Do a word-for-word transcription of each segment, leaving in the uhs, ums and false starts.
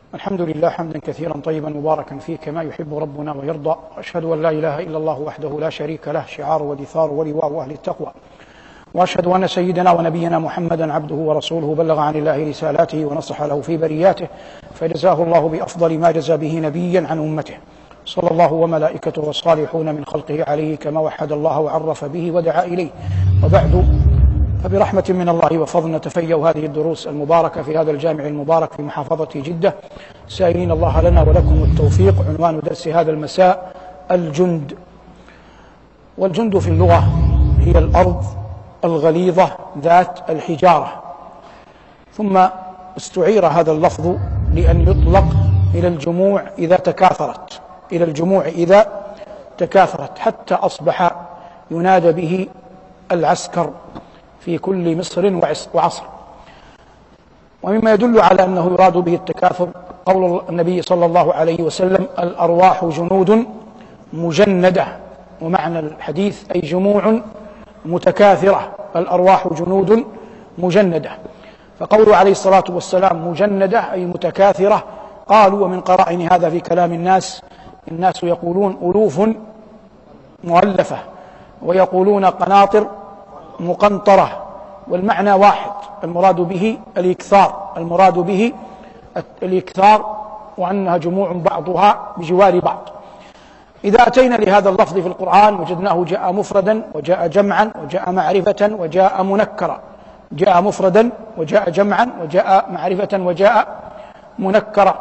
الحمد لله حمدا كثيرا طيبا مباركا فيه كما يحب ربنا ويرضى، وأشهد أن لا إله إلا الله وحده لا شريك له شعار ودثار ولواء أهل التقوى، وأشهد أن سيدنا ونبينا محمدا عبده ورسوله بلغ عن الله رسالاته ونصح له في برياته، فجزاه الله بأفضل ما جزى به نبيا عن أمته، صلى الله وملائكته والصالحون من خلقه عليه كما وحد الله وعرف به ودعا إليه. وبعد، فبرحمة من الله وفضل نتفيأ هذه الدروس المباركة في هذا الجامع المبارك في محافظة جدة، سائلين الله لنا ولكم التوفيق. عنوان درس هذا المساء الجند. والجند في اللغة هي الأرض الغليظة ذات الحجارة، ثم استعير هذا اللفظ لأن يطلق إلى الجموع إذا تكاثرت إلى الجموع إذا تكاثرت حتى أصبح ينادى به العسكر في كل مصر وعصر. ومما يدل على أنه يراد به التكاثر قول النبي صلى الله عليه وسلم: الأرواح جنود مجندة. ومعنى الحديث أي جموع متكاثرة، الأرواح جنود مجندة. فقوله عليه الصلاة والسلام مجندة أي متكاثرة، قالوا ومن قرائن هذا في كلام الناس، الناس يقولون ألوف مؤلفة ويقولون قناطر مقنطرة، والمعنى واحد، المراد به الإكثار المراد به الإكثار وأنها جموع بعضها بجوار بعض. إذا أتينا لهذا اللفظ في القرآن وجدناه جاء مفردا وجاء جمعا وجاء معرفة وجاء منكرا، جاء مفردا وجاء جمعا وجاء معرفة وجاء منكرا.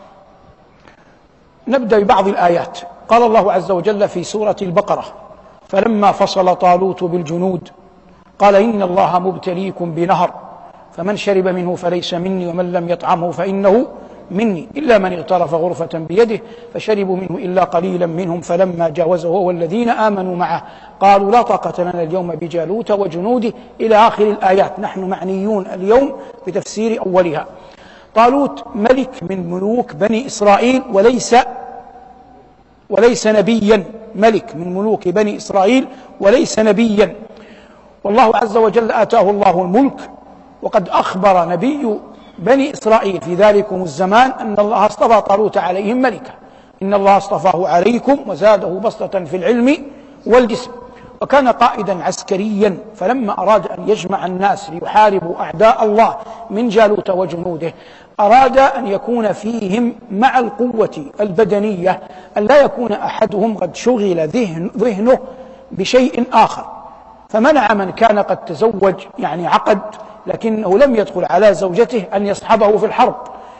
نبدأ ببعض الآيات. قال الله عز وجل في سورة البقرة: فلما فصل طالوت بالجنود قال إن الله مبتليكم بنهر فمن شرب منه فليس مني ومن لم يطعمه فإنه مني إلا من اغترف غرفة بيده فشربوا منه إلا قليلا منهم فلما جاوزه هو والذين آمنوا معه قالوا لا طاقة لنا اليوم بجالوت وجنوده إلى آخر الآيات. نحن معنيون اليوم بتفسير أولها. طالوت ملك من ملوك بني إسرائيل وليس وليس نبيا، ملك من ملوك بني إسرائيل وليس نبيا، والله عز وجل آتاه الله الملك. وقد أخبر نبي بني إسرائيل في ذلكم الزمان أن الله اصطفى طالوت عليهم ملكا، إن الله اصطفاه عليكم وزاده بسطة في العلم والجسم. وكان قائدا عسكريا، فلما أراد أن يجمع الناس ليحاربوا أعداء الله من جالوت وجنوده أراد أن يكون فيهم مع القوة البدنية أن لا يكون أحدهم قد شغل ذهن ذهنه بشيء آخر، فمنع من كان قد تزوج يعني عقد لكنه لم يدخل على زوجته أن يصحبه في الحرب،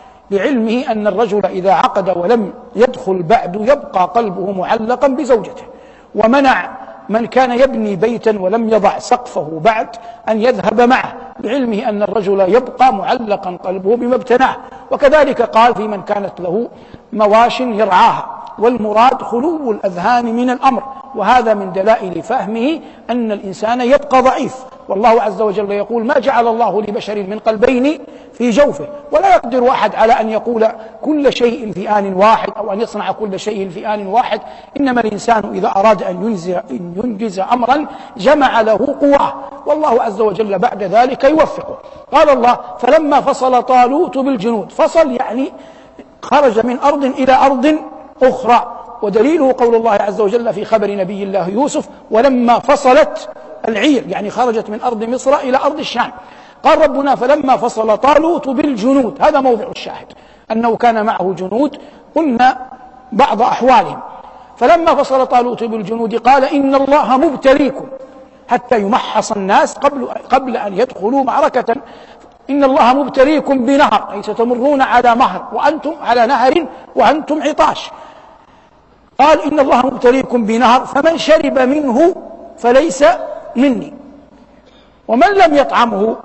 لعلمه أن الرجل إذا عقد ولم يدخل بعد يبقى قلبه معلقا بزوجته. ومنع من كان يبني بيتا ولم يضع سقفه بعد أن يذهب معه، بعلمه أن الرجل يبقى معلقا قلبه بما ابتناه. وكذلك قال في من كانت له مواش يرعاها، والمراد خلو الأذهان من الأمر، وهذا من دلائل فهمه أن الإنسان يبقى ضعيف. والله عز وجل يقول: ما جعل الله لبشر من قلبين في جوفه. ولا يقدر أحد على أن يقول كل شيء في آن واحد أو أن يصنع كل شيء في آن واحد، إنما الإنسان إذا أراد أن ينجز, إن ينجز أمرا جمع له قواه، والله عز وجل بعد ذلك يوفقه. قال الله: فلما فصل طالوت بالجنود، فصل يعني خرج من أرض إلى أرض أخرى، ودليله قول الله عز وجل في خبر نبي الله يوسف: ولما فصلت العير، يعني خرجت من أرض مصر إلى أرض الشام. قال ربنا: فلما فصل طالوت بالجنود، هذا موضع الشاهد، أنه كان معه جنود. قلنا بعض أحوالهم. فلما فصل طالوت بالجنود قال إن الله مبتليكم، حتى يمحص الناس قبل, قبل أن يدخلوا معركة. إن الله مبتليكم بنهر، أي ستمرون على مهر وأنتم على نهر وأنتم عطاش. قال إن الله مبتليكم بنهر فمن شرب منه فليس مني ومن لم يطعمه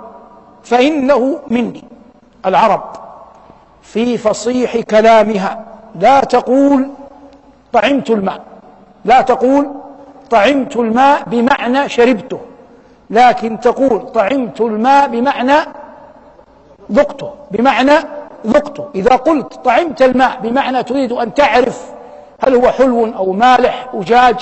فإنه مني. العرب في فصيح كلامها لا تقول طعمت الماء، لا تقول طعمت الماء بمعنى شربته، لكن تقول طعمت الماء بمعنى ذقته، بمعنى ذقته. إذا قلت طعمت الماء بمعنى تريد أن تعرف هل هو حلو أو مالح أجاج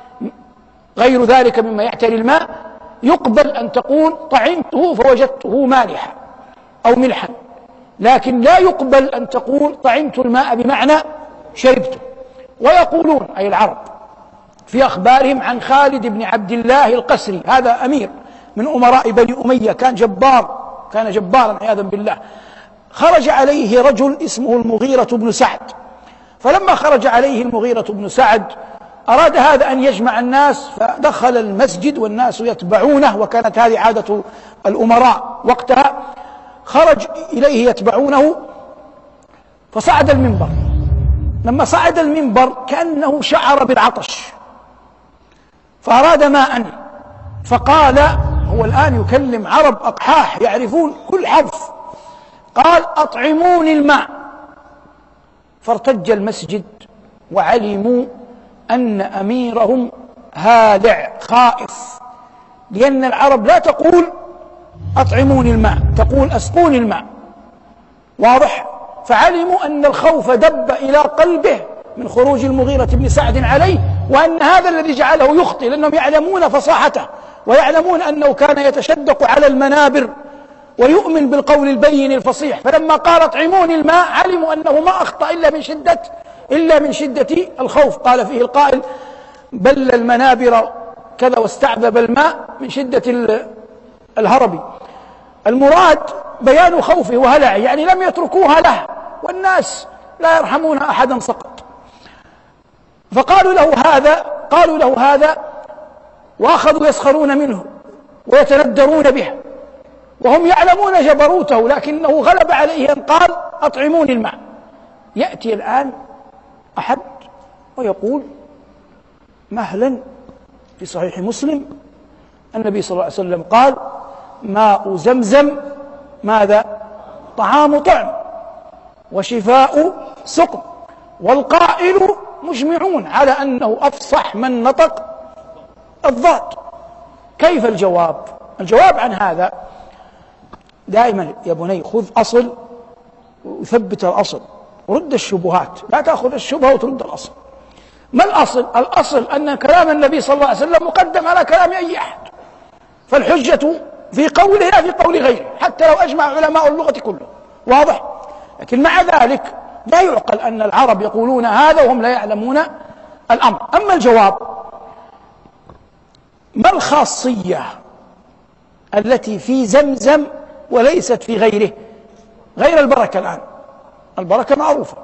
غير ذلك مما يعتري الماء، يقبل أن تقول طعمته فوجدته مالحا أو ملحا، لكن لا يقبل أن تقول طعمت الماء بمعنى شربته. ويقولون أي العرب في أخبارهم عن خالد بن عبد الله القسري، هذا أمير من أمراء بني أمية، كان جبار، كان جبارا عياذا بالله. خرج عليه رجل اسمه المغيرة بن سعد، فلما خرج عليه المغيرة بن سعد أراد هذا أن يجمع الناس، فدخل المسجد والناس يتبعونه، وكانت هذه عادة الأمراء وقتها. خرج إليه يتبعونه فصعد المنبر. لما صعد المنبر كأنه شعر بالعطش فأراد ماء، فقال، هو الآن يكلم عرب أقحاح يعرفون كل حرف، قال أطعموني الماء. فارتج المسجد وعلموا أن أميرهم هالع خائف، لأن العرب لا تقول أطعموني الماء، تقول أسقوني الماء، واضح؟ فعلموا أن الخوف دب إلى قلبه من خروج المغيرة بن سعد عليه، وأن هذا الذي جعله يخطئ، لأنهم يعلمون فصاحته ويعلمون أنه كان يتشدق على المنابر ويؤمن بالقول البين الفصيح. فلما قال اطعموني الماء علموا أنه ما أخطأ إلا من شدة إلا من شدة الخوف. قال فيه القائل بل المنابر كذا واستعذب الماء من شدة الهرب. المراد بيان خوفه وهلعه، يعني لم يتركوها له، والناس لا يرحمون أحدا سقط. فقالوا له هذا قالوا له هذا وأخذوا يسخرون منه ويتندرون به، وهم يعلمون جبروته، لكنه غلب عليه أن قال أطعموني الماء. يأتي الآن أحد ويقول مهلا، في صحيح مسلم النبي صلى الله عليه وسلم قال ماء زمزم ماذا؟ طعام طعم وشفاء سقم، والقائل مجمعون على أنه أفصح من نطق الضاد. كيف الجواب؟ الجواب عن هذا دائما يا بني خذ أصل وثبت الأصل ورد الشبهات، لا تأخذ الشبهة وترد الأصل. ما الأصل؟ الأصل أن كلام النبي صلى الله عليه وسلم مقدم على كلام أي أحد، فالحجة في قوله لا في قول غيره، حتى لو أجمع علماء اللغة كله، واضح؟ لكن مع ذلك لا يعقل أن العرب يقولون هذا وهم لا يعلمون الأمر. أما الجواب، ما الخاصية التي في زمزم وليست في غيره؟ غير البركة. الآن البركة معروفة،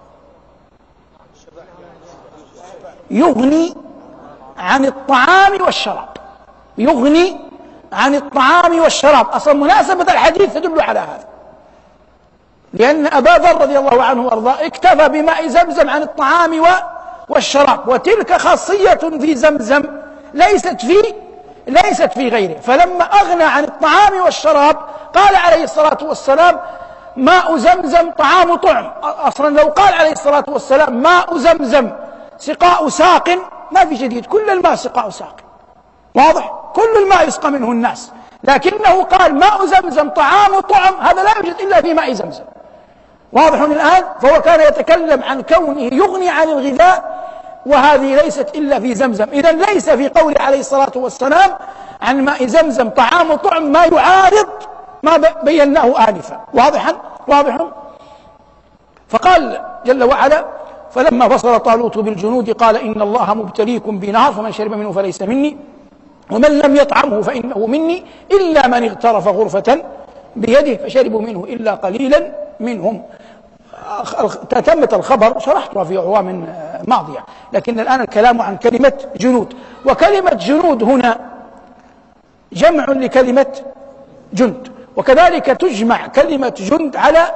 يغني عن الطعام والشراب، يغني عن الطعام والشراب. أصلا مناسبة الحديث تدل على هذا، لأن أبا ذر رضي الله عنه وأرضاه اكتفى بماء زمزم عن الطعام والشراب، وتلك خاصية في زمزم ليست في ليست في غيره. فلما أغنى عن الطعام والشراب قال عليه الصلاة والسلام ماء زمزم طعام طعم. أصلا لو قال عليه الصلاة والسلام ماء زمزم سقاء ساق ما في جديد، كل الماء سقاء ساق، واضح؟ كل الماء يسقى منه الناس، لكنه قال ماء زمزم طعام طعم، هذا لا يوجد إلا في ماء زمزم، واضح الآن؟ فهو كان يتكلم عن كونه يغني عن الغذاء، وهذه ليست إلا في زمزم. إذن ليس في قوله عليه الصلاة والسلام عن ماء زمزم طعام طعم ما يعارض ما بيناه آنفا، واضحا؟ واضح؟ فقال جل وعلا فلما فصل طالوت بالجنود قال إن الله مبتليكم بنهر فمن شرب منه فليس مني ومن لم يطعمه فإنه مني إلا من اغترف غرفة بيده فشربوا منه إلا قليلا منهم. تتمت الخبر شرحتها في أعوام ماضية، لكن الآن الكلام عن كلمة جنود. وكلمة جنود هنا جمع لكلمة جند، وكذلك تجمع كلمة جند على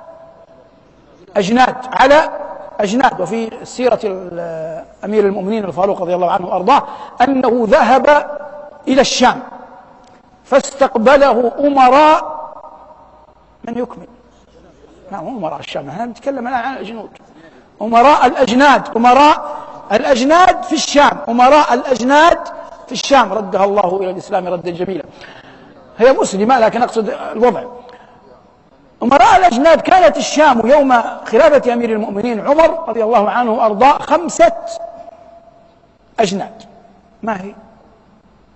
أجناد على أجناد. وفي سيرة أمير المؤمنين الفاروق رضي الله عنه وأرضاه أنه ذهب إلى الشام فاستقبله أمراء من يكمل نعم أمراء الشام، نحن نتكلم الآن عن الجنود، أمراء الأجناد، أمراء الأجناد في الشام، أمراء الأجناد في الشام ردها الله إلى الإسلام ردا جميلا. هي مسلمة لكن أقصد الوضع. أمراء الأجناد كانت الشام يوم خلافة أمير المؤمنين عمر رضي الله عنه وأرضاه خمسة أجناد. ما هي؟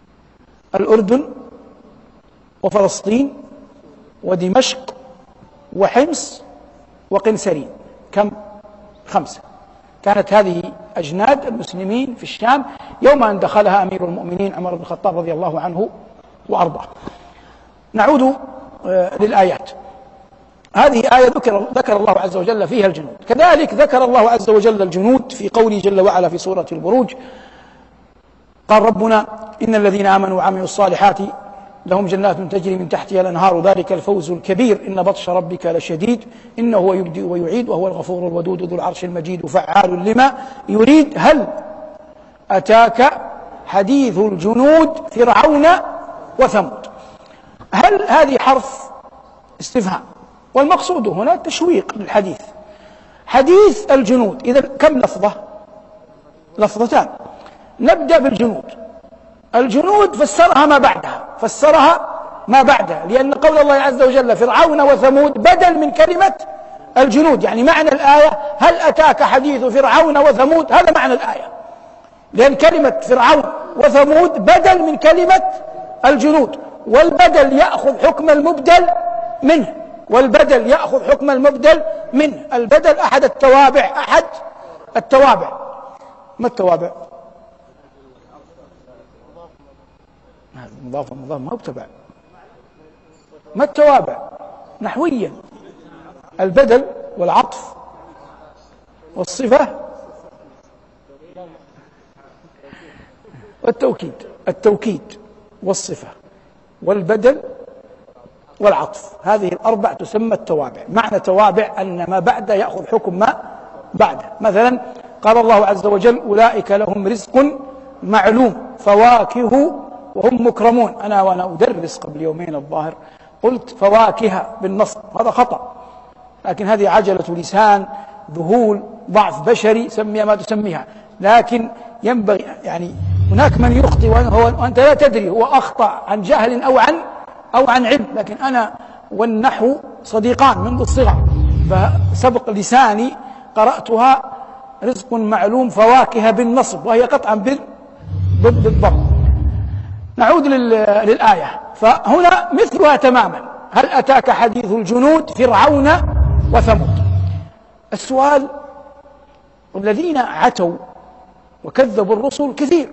الأردن وفلسطين ودمشق وحمص وقنسرين. كم؟ خمسة. كانت هذه أجناد المسلمين في الشام يوم أن دخلها أمير المؤمنين عمر بن الخطاب رضي الله عنه وأرضاه. نعود للآيات. هذه آية ذكر, ذكر الله عز وجل فيها الجنود، كذلك ذكر الله عز وجل الجنود في قوله جل وعلا في سورة البروج: قال ربنا إن الذين آمنوا وعملوا الصالحات لهم جنات تجري من تحتها الأنهار ذلك الفوز الكبير إن بطش ربك لشديد إنه هو يبدئ ويعيد وهو الغفور الودود ذو العرش المجيد فعال لما يريد. هل أتاك حديث الجنود فرعون وثمود؟ هل هذه حرف استفهام، والمقصود هنا تشويق للحديث. حديث الجنود، إذا كم لفظة؟ لفظتان. نبدأ بالجنود. الجنود فسرها ما بعدها، فسرها ما بعدها لأن قول الله عز وجل فرعون وثمود بدل من كلمة الجنود، يعني معنى الآية هل أتاك حديث فرعون وثمود، هذا معنى الآية، لأن كلمة فرعون وثمود بدل من كلمة الجنود، والبدل يأخذ حكم المبدل منه، والبدل يأخذ حكم المبدل منه. البدل أحد التوابع، أحد التوابع. ما التوابع؟ مضاف مضاف ما هو تبع. ما التوابع نحويا؟ البدل والعطف والصفة والتوكيد. التوكيد والصفة والبدل والعطف، هذه الأربع تسمى التوابع. معنى توابع أن ما بعد يأخذ حكم ما بعده. مثلا قال الله عز وجل أولئك لهم رزق معلوم فواكه وهم مكرمون. أنا وأنا أدرس قبل يومين الظاهر قلت فواكه بالنصب، هذا خطأ، لكن هذه عجلة لسان، ذهول، ضعف بشري، سميها ما تسميها، لكن ينبغي يعني هناك من يخطئ وأنت لا تدري هو أخطأ عن جهل أو عن أو عن علم، لكن أنا والنحو صديقان منذ الصغر، فسبق لساني قرأتها رزق معلوم فواكه بالنصب، وهي قطعا بالضبط. نعود للآية، فهنا مثلها تماما. هل أتاك حديث الجنود فرعون وثمود؟ السؤال: الذين عتوا وكذبوا الرسل كثير،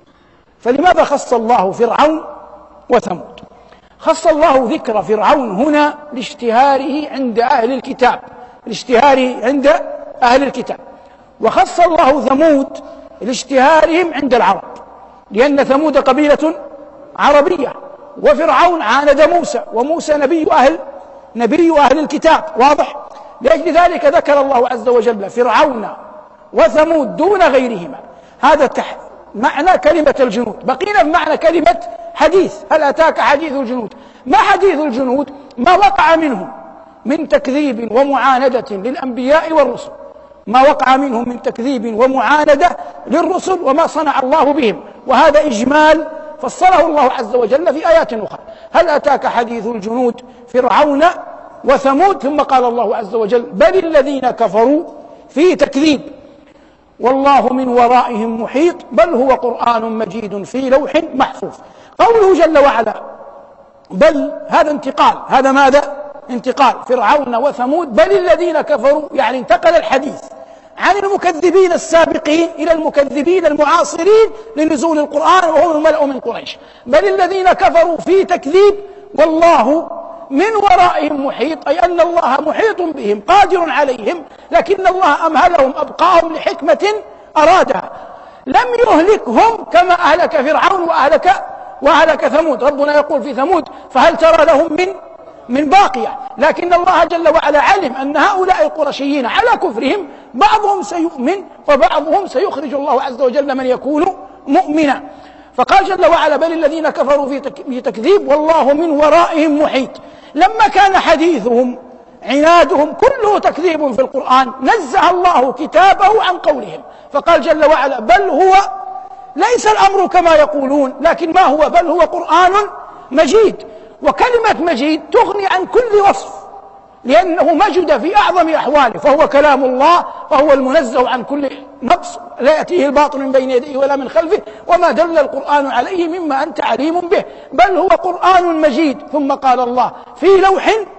فلماذا خص الله فرعون وثمود؟ خص الله ذكر فرعون هنا لاشتهاره عند أهل الكتاب، لاشتهاره عند أهل الكتاب، وخص الله ثمود لاشتهارهم عند العرب، لأن ثمود قبيلة عربية، وفرعون عاند موسى، وموسى نبي أهل نبي أهل الكتاب، واضح؟ لأجل ذلك ذكر الله عز وجل فرعون وثمود دون غيرهما. هذا تح... معنى كلمة الجنود. بقينا بمعنى كلمة حديث. هل أتاك حديث الجنود؟ ما حديث الجنود؟ ما وقع منهم من تكذيب ومعاندة للأنبياء والرسل، ما وقع منهم من تكذيب ومعاندة للرسل وما صنع الله بهم، وهذا إجمال فصله الله عز وجل في آيات أخرى. هل أتاك حديث الجنود فرعون وثمود؟ ثم قال الله عز وجل: بل الذين كفروا في تكذيب والله من ورائهم محيط بل هو قرآن مجيد في لوح محفوظ. قوله جل وعلا بل، هذا انتقال. هذا ماذا؟ انتقال. فرعون وثمود بل الذين كفروا، يعني انتقل الحديث عن المكذبين السابقين إلى المكذبين المعاصرين لنزول القرآن وهم الملأ من قريش. بل الذين كفروا في تكذيب والله من ورائهم محيط، أي أن الله محيط بهم قادر عليهم، لكن الله أمهلهم أبقاهم لحكمة أرادها. لم يهلكهم كما أهلك فرعون وأهلك وأهلك ثمود. ربنا يقول في ثمود: فهل ترى لهم من من باقية؟ لكن الله جل وعلا علم أن هؤلاء القرشيين على كفرهم بعضهم سيؤمن وبعضهم سيخرج الله عز وجل من يكون مؤمنا. فقال جل وعلا: بل الذين كفروا في تكذيب والله من ورائهم محيط. لما كان حديثهم عنادهم كله تكذيب في القرآن، نزه الله كتابه عن قولهم، فقال جل وعلا: بل هو ليس الأمر كما يقولون، لكن ما هو؟ بل هو قرآن مجيد. وكلمة مجيد تغني عن كل وصف، لأنه مجد في أعظم أحواله، فهو كلام الله، فهو المنزه عن كل نقص، لا يأتيه الباطل من بين يديه ولا من خلفه، وما دل القرآن عليه مما أنت عليم به، بل هو قرآن مجيد. ثم قال الله: في لوح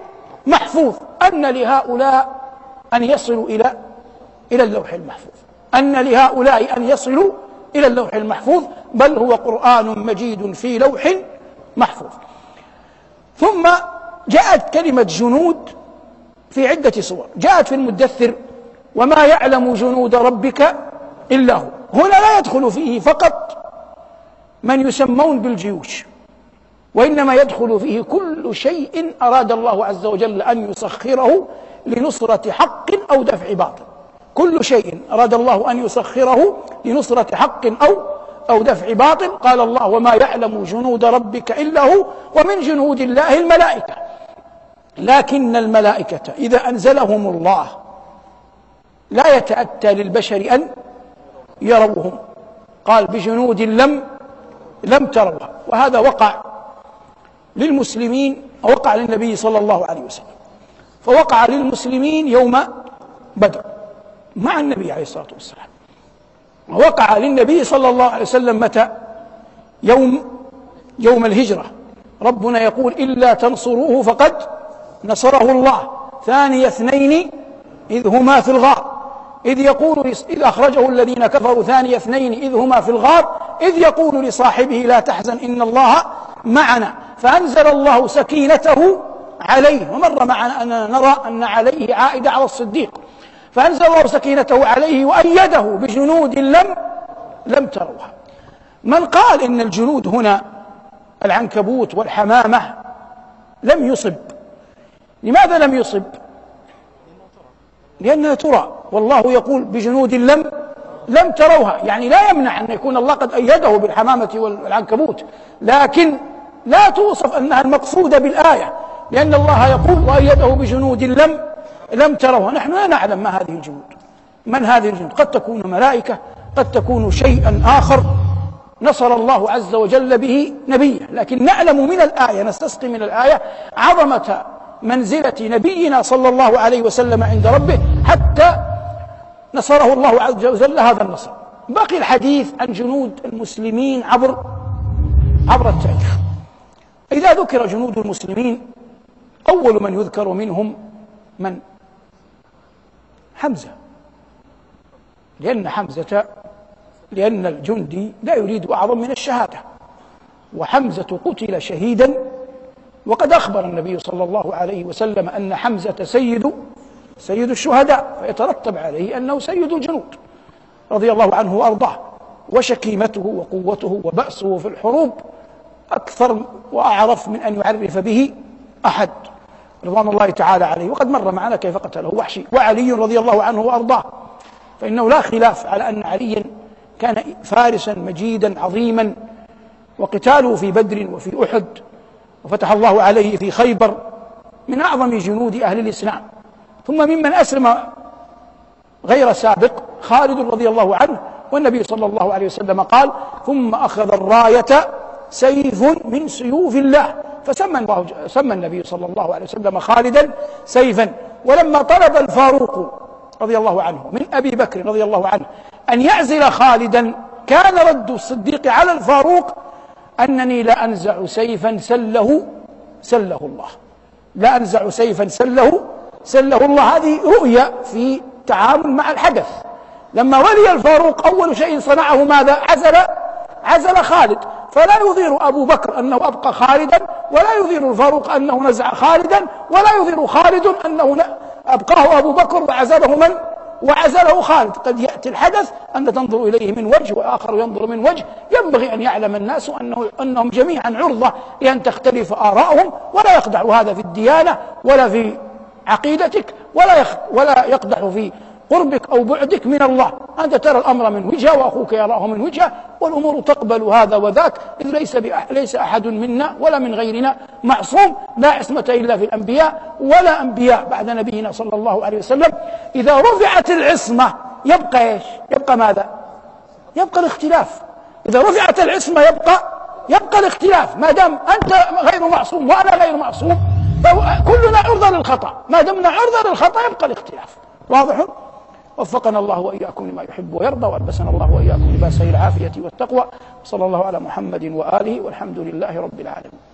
محفوظ، أن لهؤلاء أن يصلوا إلى إلى اللوح المحفوظ، أن لهؤلاء أن يصلوا إلى اللوح المحفوظ، بل هو قرآن مجيد في لوح محفوظ. ثم جاءت كلمة جنود في عدة صور، جاءت في المدثر وما يعلم جنود ربك إلا هو. هنا لا يدخل فيه فقط من يسمون بالجيوش، وإنما يدخل فيه كل شيء أراد الله عز وجل أن يسخره لنصرة حق أو دفع باطل، كل شيء أراد الله أن يسخره لنصرة حق أو أو دفع باطل. قال الله وما يعلم جنود ربك إلا هو، ومن جنود الله الملائكة، لكن الملائكة إذا أنزلهم الله لا يتأتى للبشر أن يروهم، قال بجنود لم لم تروها. وهذا وقع للمسلمين، وقع للنبي صلى الله عليه وسلم، فوقع للمسلمين يوم بدر مع النبي عليه الصلاة والسلام، ووقع للنبي صلى الله عليه وسلم متى؟ يوم يوم الهجرة. ربنا يقول إلا تنصروه فقد نصره الله ثاني اثنين إذ هما في الغار إذ يقول إذ أخرجه الذين كفروا ثاني اثنين إذ هما في الغار إذ يقول لصاحبه لا تحزن إن الله معنا، فأنزل الله سكينته عليه. ومر معنا أننا نرى أن عليه عائدة على الصديق، فأنزل الله سكينته عليه وأيده بجنود لم لم تروها. من قال إن الجنود هنا العنكبوت والحمامة لم يصب. لماذا لم يصب؟ لأنها ترى، والله يقول بجنود لم لم تروها، يعني لا يمنع أن يكون الله قد أيده بالحمامة والعنكبوت، لكن لا توصف أنها المقصودة بالآية، لأن الله يقول وأيده بجنود لم لم تروها. نحن لا نعلم ما هذه الجنود، من هذه الجنود، قد تكون ملائكة، قد تكون شيئا آخر نصر الله عز وجل به نبيه، لكن نعلم من الآية، نستسقي من الآية عظمة منزلة نبينا صلى الله عليه وسلم عند ربه حتى نصره الله عز وجل هذا النصر. باقي الحديث عن جنود المسلمين عبر عبر التاريخ. إذا ذكر جنود المسلمين أول من يذكر منهم من؟ حمزة، لأن حمزة لأن الجندي لا يريد أعظم من الشهادة، وحمزة قتل شهيدا، وقد أخبر النبي صلى الله عليه وسلم أن حمزة سيد سيد الشهداء، فيترتب عليه أنه سيد الجنود رضي الله عنه وأرضاه، وشكيمته وقوته وبأسه في الحروب أكثر وأعرف من أن يعرف به أحد رضوان الله تعالى عليه. وقد مر معنا كيف قتله وحشي. وعلي رضي الله عنه وأرضاه، فإنه لا خلاف على أن عليا كان فارسا مجيدا عظيما، وقتاله في بدر وفي أحد وفتح الله عليه في خيبر من أعظم جنود أهل الإسلام. ثم ممن أسلم غير سابق خالد رضي الله عنه، والنبي صلى الله عليه وسلم قال ثم أخذ الراية سيف من سيوف الله، فسمى الله سمى النبي صلى الله عليه وسلم خالدا سيفا. ولما طلب الفاروق رضي الله عنه من أبي بكر رضي الله عنه أن يعزل خالدا، كان رد الصديق على الفاروق أنني لا أنزع سيفا سله سله الله، لا أنزع سيفا سله سله الله. هذه رؤية في تعامل مع الحدث. لما ولي الفاروق أول شيء صنعه ماذا؟ عزل عزل خالد، فلا يظهر أبو بكر أنه أبقى خالدا، ولا يظهر الفاروق أنه نزع خالدا، ولا يظهر خالد أنه أبقاه أبو بكر وعزله من؟ وعزله خالد. قد يأتي الحدث أن تنظر إليه من وجه وآخر ينظر من وجه. ينبغي أن يعلم الناس أنه أنهم جميعا عرضة لأن تختلف آراءهم، ولا يخدع هذا في الديانة ولا في عقيدتك، ولا ولا يقدح في قربك أو بعدك من الله. أنت ترى الأمر من وجهة وأخوك يراه من وجهة، والأمور تقبل هذا وذاك، إذ ليس ليس أحد منا ولا من غيرنا معصوم، لا عصمة إلا في الأنبياء، ولا أنبياء بعد نبينا صلى الله عليه وسلم. إذا رفعت العصمة يبقى إيش؟ يبقى ماذا؟ يبقى الاختلاف. إذا رفعت العصمة يبقى يبقى الاختلاف. ما دام أنت غير معصوم وأنا غير معصوم فكلنا عرضة للخطأ، ما دمنا عرضة للخطأ يبقى الاختلاف. واضح؟ وفقنا الله وإياكم لما يحب ويرضى، وألبسنا الله وإياكم لباسي العافية والتقوى. صلى الله على محمد وآله، والحمد لله رب العالمين.